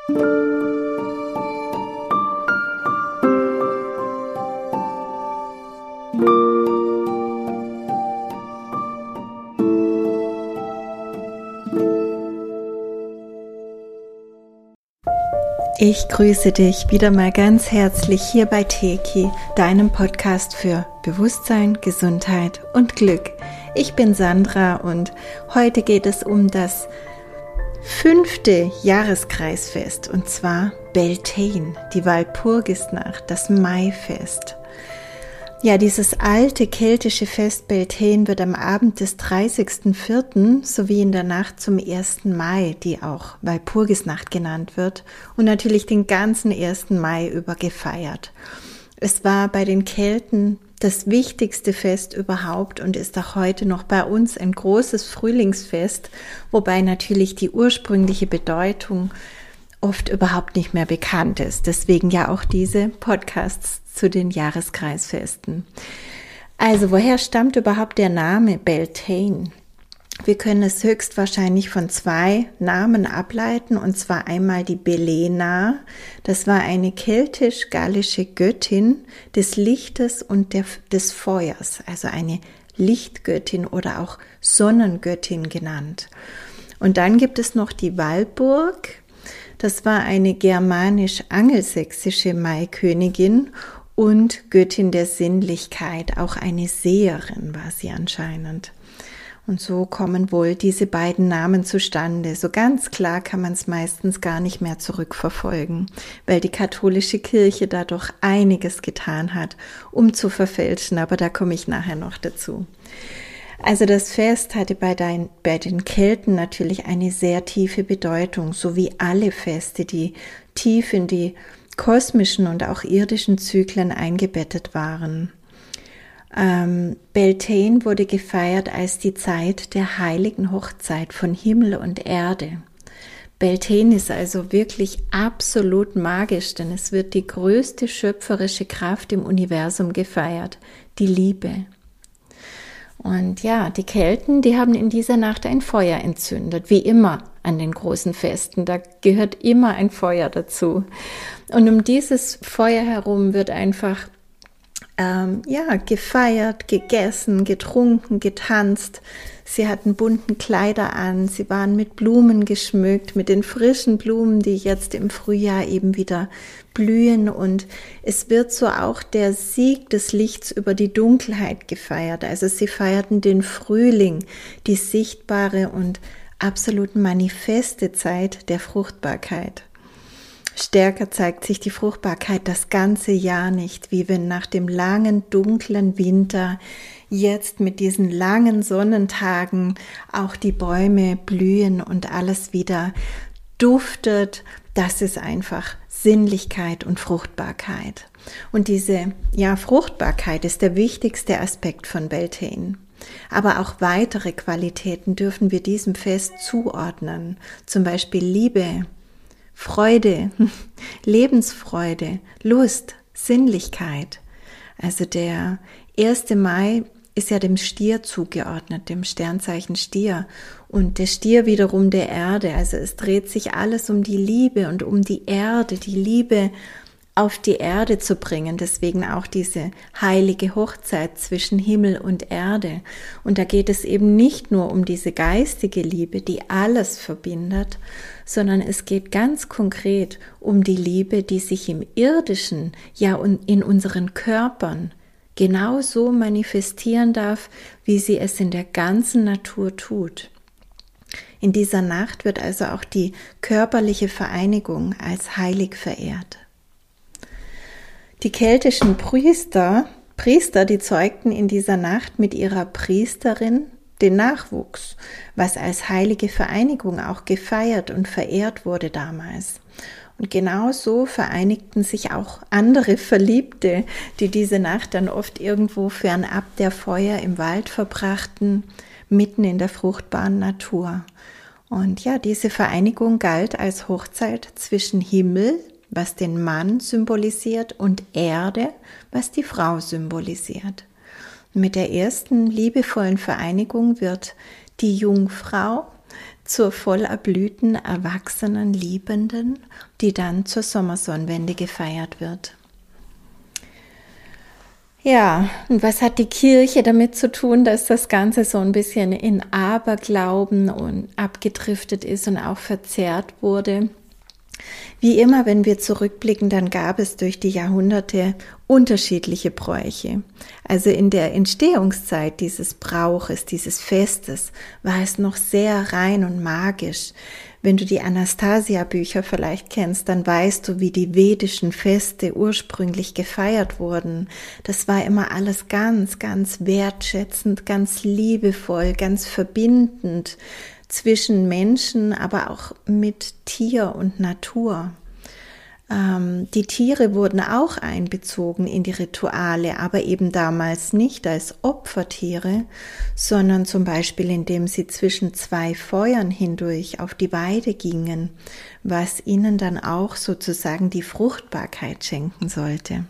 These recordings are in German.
Ich grüße dich wieder mal ganz herzlich hier bei Teki, deinem Podcast für Bewusstsein, Gesundheit und Glück. Ich bin Sandra und heute geht es um das 5. Jahreskreisfest, und zwar Beltane, die Walpurgisnacht, das Maifest. Ja, dieses alte keltische Fest Beltane wird am Abend des 30.04. sowie in der Nacht zum 1. Mai, die auch Walpurgisnacht genannt wird, und natürlich den ganzen 1. Mai über gefeiert. Es war bei den Kelten das wichtigste Fest überhaupt und ist auch heute noch bei uns ein großes Frühlingsfest, wobei natürlich die ursprüngliche Bedeutung oft überhaupt nicht mehr bekannt ist. Deswegen ja auch diese Podcasts zu den Jahreskreisfesten. Also, woher stammt überhaupt der Name Beltane? Wir können es höchstwahrscheinlich von 2 Namen ableiten, und zwar einmal die Belena. Das war eine keltisch-gallische Göttin des Lichtes und des Feuers, also eine Lichtgöttin oder auch Sonnengöttin genannt. Und dann gibt es noch die Walpurg. Das war eine germanisch-angelsächsische Maikönigin und Göttin der Sinnlichkeit, auch eine Seherin war sie anscheinend. Und so kommen wohl diese beiden Namen zustande. So ganz klar kann man es meistens gar nicht mehr zurückverfolgen, weil die katholische Kirche da doch einiges getan hat, um zu verfälschen, aber da komme ich nachher noch dazu. Also das Fest hatte bei den Kelten natürlich eine sehr tiefe Bedeutung, so wie alle Feste, die tief in die kosmischen und auch irdischen Zyklen eingebettet waren. Beltane wurde gefeiert als die Zeit der heiligen Hochzeit von Himmel und Erde. Beltane ist also wirklich absolut magisch, denn es wird die größte schöpferische Kraft im Universum gefeiert, die Liebe. Und ja, die Kelten, die haben in dieser Nacht ein Feuer entzündet, wie immer an den großen Festen. Da gehört immer ein Feuer dazu. Und um dieses Feuer herum wird einfach gefeiert, gegessen, getrunken, getanzt. Sie hatten bunten Kleider an, sie waren mit Blumen geschmückt, mit den frischen Blumen, die jetzt im Frühjahr eben wieder blühen. Und es wird so auch der Sieg des Lichts über die Dunkelheit gefeiert. Also sie feierten den Frühling, die sichtbare und absolut manifeste Zeit der Fruchtbarkeit. Stärker zeigt sich die Fruchtbarkeit das ganze Jahr nicht, wie wenn nach dem langen, dunklen Winter jetzt mit diesen langen Sonnentagen auch die Bäume blühen und alles wieder duftet. Das ist einfach Sinnlichkeit und Fruchtbarkeit. Und diese Fruchtbarkeit ist der wichtigste Aspekt von Beltane. Aber auch weitere Qualitäten dürfen wir diesem Fest zuordnen, zum Beispiel Liebe, Freude, Lebensfreude, Lust, Sinnlichkeit. Also der 1. Mai ist ja dem Stier zugeordnet, dem Sternzeichen Stier, und der Stier wiederum der Erde. Also es dreht sich alles um die Liebe und um die Erde, die Liebe auf die Erde zu bringen. Deswegen auch diese heilige Hochzeit zwischen Himmel und Erde. Und da geht es eben nicht nur um diese geistige Liebe, die alles verbindet, sondern es geht ganz konkret um die Liebe, die sich im Irdischen, ja und in unseren Körpern genauso manifestieren darf, wie sie es in der ganzen Natur tut. In dieser Nacht wird also auch die körperliche Vereinigung als heilig verehrt. Die keltischen Priester, die zeugten in dieser Nacht mit ihrer Priesterin den Nachwuchs, was als heilige Vereinigung auch gefeiert und verehrt wurde damals. Und genau so vereinigten sich auch andere Verliebte, die diese Nacht dann oft irgendwo fernab der Feuer im Wald verbrachten, mitten in der fruchtbaren Natur. Und ja, diese Vereinigung galt als Hochzeit zwischen Himmel, was den Mann symbolisiert, und Erde, was die Frau symbolisiert. Und mit der ersten liebevollen Vereinigung wird die Jungfrau zur voll erblühten, erwachsenen Liebenden, die dann zur Sommersonnenwende gefeiert wird. Ja, und was hat die Kirche damit zu tun, dass das Ganze so ein bisschen in Aberglauben und abgedriftet ist und auch verzerrt wurde? Wie immer, wenn wir zurückblicken, dann gab es durch die Jahrhunderte unterschiedliche Bräuche. Also in der Entstehungszeit dieses Brauches, dieses Festes, war es noch sehr rein und magisch. Wenn du die Anastasia-Bücher vielleicht kennst, dann weißt du, wie die vedischen Feste ursprünglich gefeiert wurden. Das war immer alles ganz, ganz wertschätzend, ganz liebevoll, ganz verbindend zwischen Menschen, aber auch mit Tier und Natur. Die Tiere wurden auch einbezogen in die Rituale, aber eben damals nicht als Opfertiere, sondern zum Beispiel indem sie zwischen zwei Feuern hindurch auf die Weide gingen, was ihnen dann auch sozusagen die Fruchtbarkeit schenken sollte.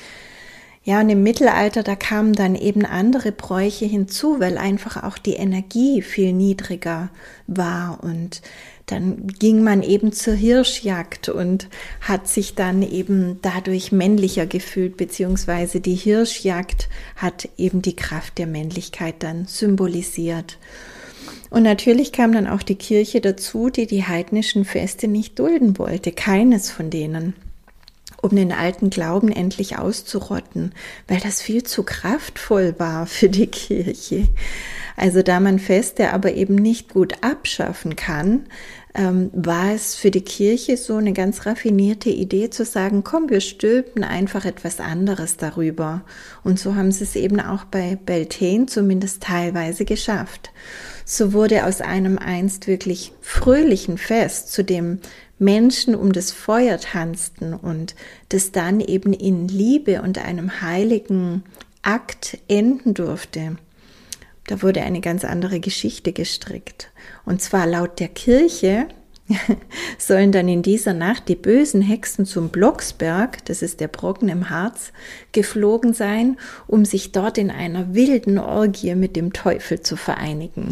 Ja, und im Mittelalter, da kamen dann eben andere Bräuche hinzu, weil einfach auch die Energie viel niedriger war, und dann ging man eben zur Hirschjagd und hat sich dann eben dadurch männlicher gefühlt, beziehungsweise die Hirschjagd hat eben die Kraft der Männlichkeit dann symbolisiert. Und natürlich kam dann auch die Kirche dazu, die die heidnischen Feste nicht dulden wollte, keines von denen, um den alten Glauben endlich auszurotten, weil das viel zu kraftvoll war für die Kirche. Also da man Feste aber eben nicht gut abschaffen kann, war es für die Kirche so eine ganz raffinierte Idee zu sagen, komm, wir stülpen einfach etwas anderes darüber. Und so haben sie es eben auch bei Beltane zumindest teilweise geschafft. So wurde aus einem einst wirklich fröhlichen Fest, zu dem Menschen um das Feuer tanzten und das dann eben in Liebe und einem heiligen Akt enden durfte. Da wurde eine ganz andere Geschichte gestrickt. Und zwar laut der Kirche sollen dann in dieser Nacht die bösen Hexen zum Blocksberg, das ist der Brocken im Harz, geflogen sein, um sich dort in einer wilden Orgie mit dem Teufel zu vereinigen.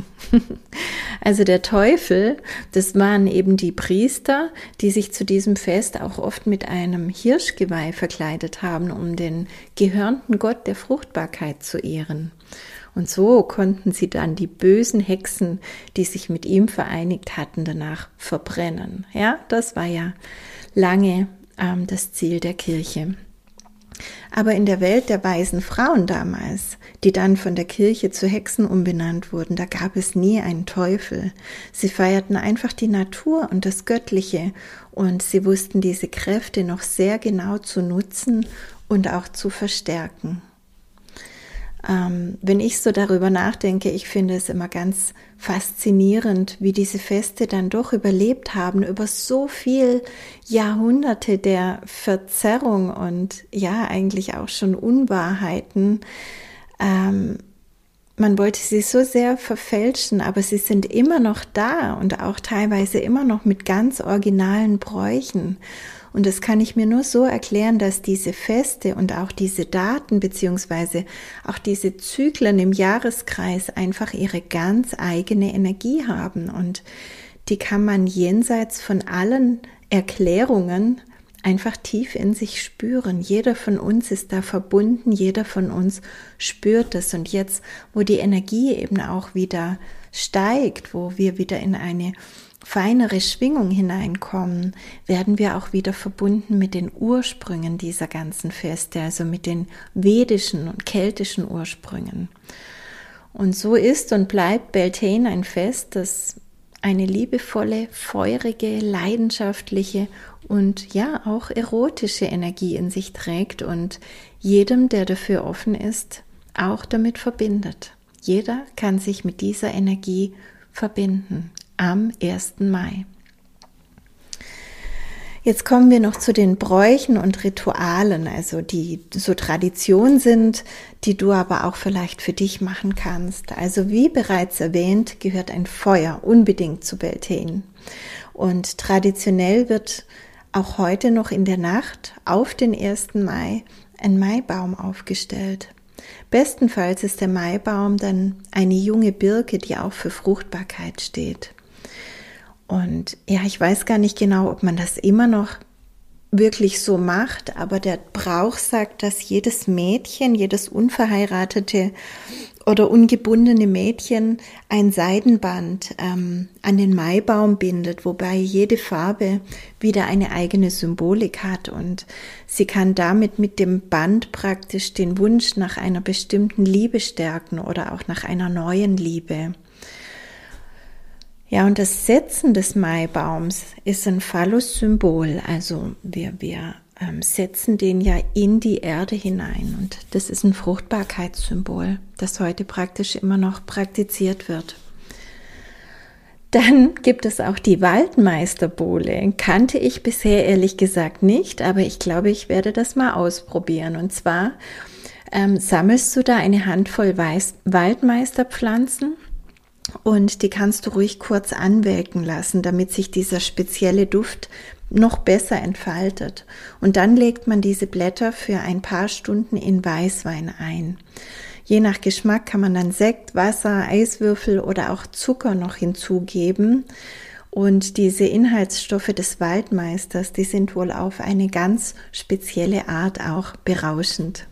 Also der Teufel, das waren eben die Priester, die sich zu diesem Fest auch oft mit einem Hirschgeweih verkleidet haben, um den gehörnten Gott der Fruchtbarkeit zu ehren. Und so konnten sie dann die bösen Hexen, die sich mit ihm vereinigt hatten, danach verbrennen. Ja, das war ja lange das Ziel der Kirche. Aber in der Welt der weisen Frauen damals, die dann von der Kirche zu Hexen umbenannt wurden, da gab es nie einen Teufel. Sie feierten einfach die Natur und das Göttliche, und sie wussten diese Kräfte noch sehr genau zu nutzen und auch zu verstärken. Wenn ich so darüber nachdenke, ich finde es immer ganz faszinierend, wie diese Feste dann doch überlebt haben über so viel Jahrhunderte der Verzerrung und ja, eigentlich auch schon Unwahrheiten. Man wollte sie so sehr verfälschen, aber sie sind immer noch da und auch teilweise immer noch mit ganz originalen Bräuchen. Und das kann ich mir nur so erklären, dass diese Feste und auch diese Daten beziehungsweise auch diese Zyklen im Jahreskreis einfach ihre ganz eigene Energie haben. Und die kann man jenseits von allen Erklärungen einfach tief in sich spüren. Jeder von uns ist da verbunden, jeder von uns spürt es. Und jetzt, wo die Energie eben auch wieder steigt, wo wir wieder in eine feinere Schwingung hineinkommen, werden wir auch wieder verbunden mit den Ursprüngen dieser ganzen Feste, also mit den vedischen und keltischen Ursprüngen. Und so ist und bleibt Beltane ein Fest, das eine liebevolle, feurige, leidenschaftliche und ja auch erotische Energie in sich trägt und jedem, der dafür offen ist, auch damit verbindet. Jeder kann sich mit dieser Energie verbinden. Am 1. Mai. Jetzt kommen wir noch zu den Bräuchen und Ritualen, also die so Tradition sind, die du aber auch vielleicht für dich machen kannst. Also wie bereits erwähnt, gehört ein Feuer unbedingt zu Beltane. Und traditionell wird auch heute noch in der Nacht auf den 1. Mai ein Maibaum aufgestellt. Bestenfalls ist der Maibaum dann eine junge Birke, die auch für Fruchtbarkeit steht. Und ja, ich weiß gar nicht genau, ob man das immer noch wirklich so macht, aber der Brauch sagt, dass jedes Mädchen, jedes unverheiratete oder ungebundene Mädchen ein Seidenband an den Maibaum bindet, wobei jede Farbe wieder eine eigene Symbolik hat und sie kann damit mit dem Band praktisch den Wunsch nach einer bestimmten Liebe stärken oder auch nach einer neuen Liebe. Ja, und das Setzen des Maibaums ist ein Phallus-Symbol, also wir setzen den ja in die Erde hinein und das ist ein Fruchtbarkeitssymbol, das heute praktisch immer noch praktiziert wird. Dann gibt es auch die Waldmeisterbohle. Kannte ich bisher ehrlich gesagt nicht, aber ich glaube, ich werde das mal ausprobieren. Und zwar sammelst du da eine Handvoll Waldmeisterpflanzen und die kannst du ruhig kurz anwelken lassen, damit sich dieser spezielle Duft noch besser entfaltet. Und dann legt man diese Blätter für ein paar Stunden in Weißwein ein. Je nach Geschmack kann man dann Sekt, Wasser, Eiswürfel oder auch Zucker noch hinzugeben. Und diese Inhaltsstoffe des Waldmeisters, die sind wohl auf eine ganz spezielle Art auch berauschend.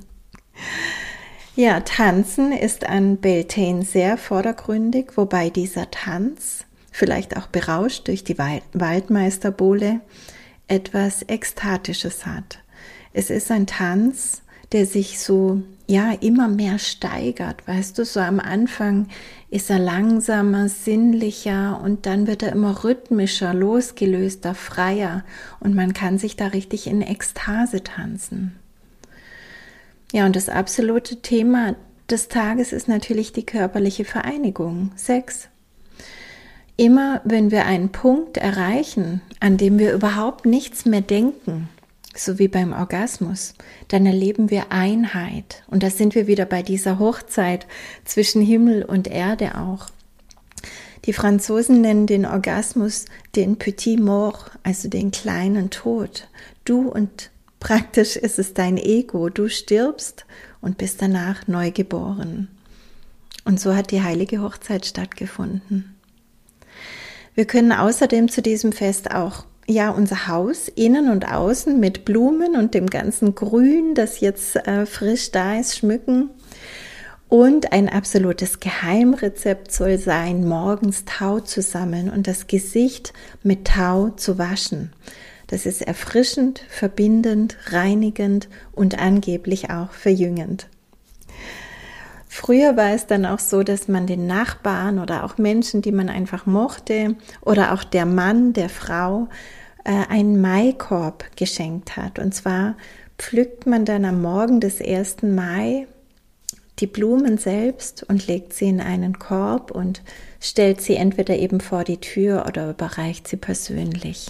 Ja, Tanzen ist an Beltane sehr vordergründig, wobei dieser Tanz, vielleicht auch berauscht durch die Waldmeisterbohle, etwas Ekstatisches hat. Es ist ein Tanz, der sich so, ja, immer mehr steigert, weißt du, so am Anfang ist er langsamer, sinnlicher und dann wird er immer rhythmischer, losgelöster, freier und man kann sich da richtig in Ekstase tanzen. Ja, und das absolute Thema des Tages ist natürlich die körperliche Vereinigung, Sex. Immer wenn wir einen Punkt erreichen, an dem wir überhaupt nichts mehr denken, so wie beim Orgasmus, dann erleben wir Einheit. Und da sind wir wieder bei dieser Hochzeit zwischen Himmel und Erde auch. Die Franzosen nennen den Orgasmus den Petit Mort, also den kleinen Tod. Du und praktisch ist es dein Ego. Du stirbst und bist danach neu geboren. Und so hat die heilige Hochzeit stattgefunden. Wir können außerdem zu diesem Fest auch unser Haus innen und außen mit Blumen und dem ganzen Grün, das jetzt frisch da ist, schmücken. Und ein absolutes Geheimrezept soll sein, morgens Tau zu sammeln und das Gesicht mit Tau zu waschen. Das ist erfrischend, verbindend, reinigend und angeblich auch verjüngend. Früher war es dann auch so, dass man den Nachbarn oder auch Menschen, die man einfach mochte, oder auch der Mann, der Frau, einen Maikorb geschenkt hat. Und zwar pflückt man dann am Morgen des 1. Mai die Blumen selbst und legt sie in einen Korb und stellt sie entweder eben vor die Tür oder überreicht sie persönlich.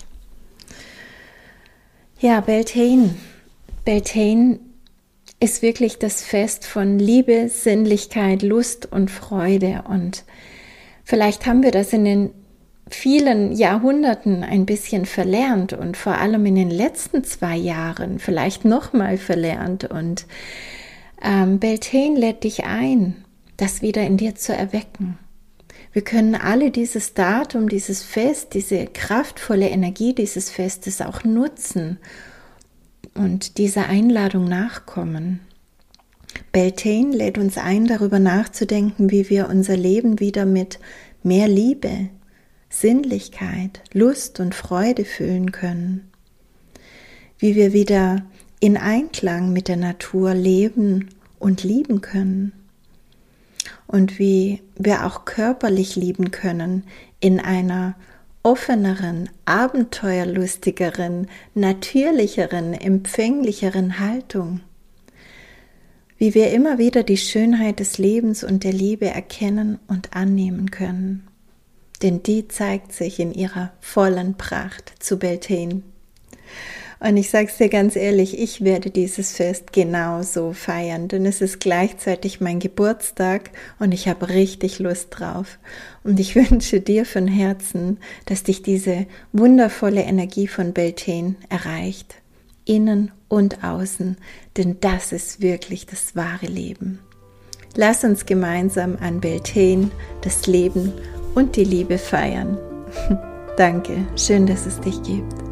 Ja, Beltane. Beltane ist wirklich das Fest von Liebe, Sinnlichkeit, Lust und Freude. Und vielleicht haben wir das in den vielen Jahrhunderten ein bisschen verlernt und vor allem in den letzten 2 Jahren vielleicht nochmal verlernt. Und Beltane lädt dich ein, das wieder in dir zu erwecken. Wir können alle dieses Datum, dieses Fest, diese kraftvolle Energie dieses Festes auch nutzen und dieser Einladung nachkommen. Beltane lädt uns ein, darüber nachzudenken, wie wir unser Leben wieder mit mehr Liebe, Sinnlichkeit, Lust und Freude füllen können. Wie wir wieder in Einklang mit der Natur leben und lieben können. Und wie wir auch körperlich lieben können in einer offeneren, abenteuerlustigeren, natürlicheren, empfänglicheren Haltung. Wie wir immer wieder die Schönheit des Lebens und der Liebe erkennen und annehmen können. Denn die zeigt sich in ihrer vollen Pracht zu Beltane. Und ich sage es dir ganz ehrlich, ich werde dieses Fest genauso feiern, denn es ist gleichzeitig mein Geburtstag und ich habe richtig Lust drauf. Und ich wünsche dir von Herzen, dass dich diese wundervolle Energie von Beltane erreicht, innen und außen, denn das ist wirklich das wahre Leben. Lass uns gemeinsam an Beltane das Leben und die Liebe feiern. Danke, schön, dass es dich gibt.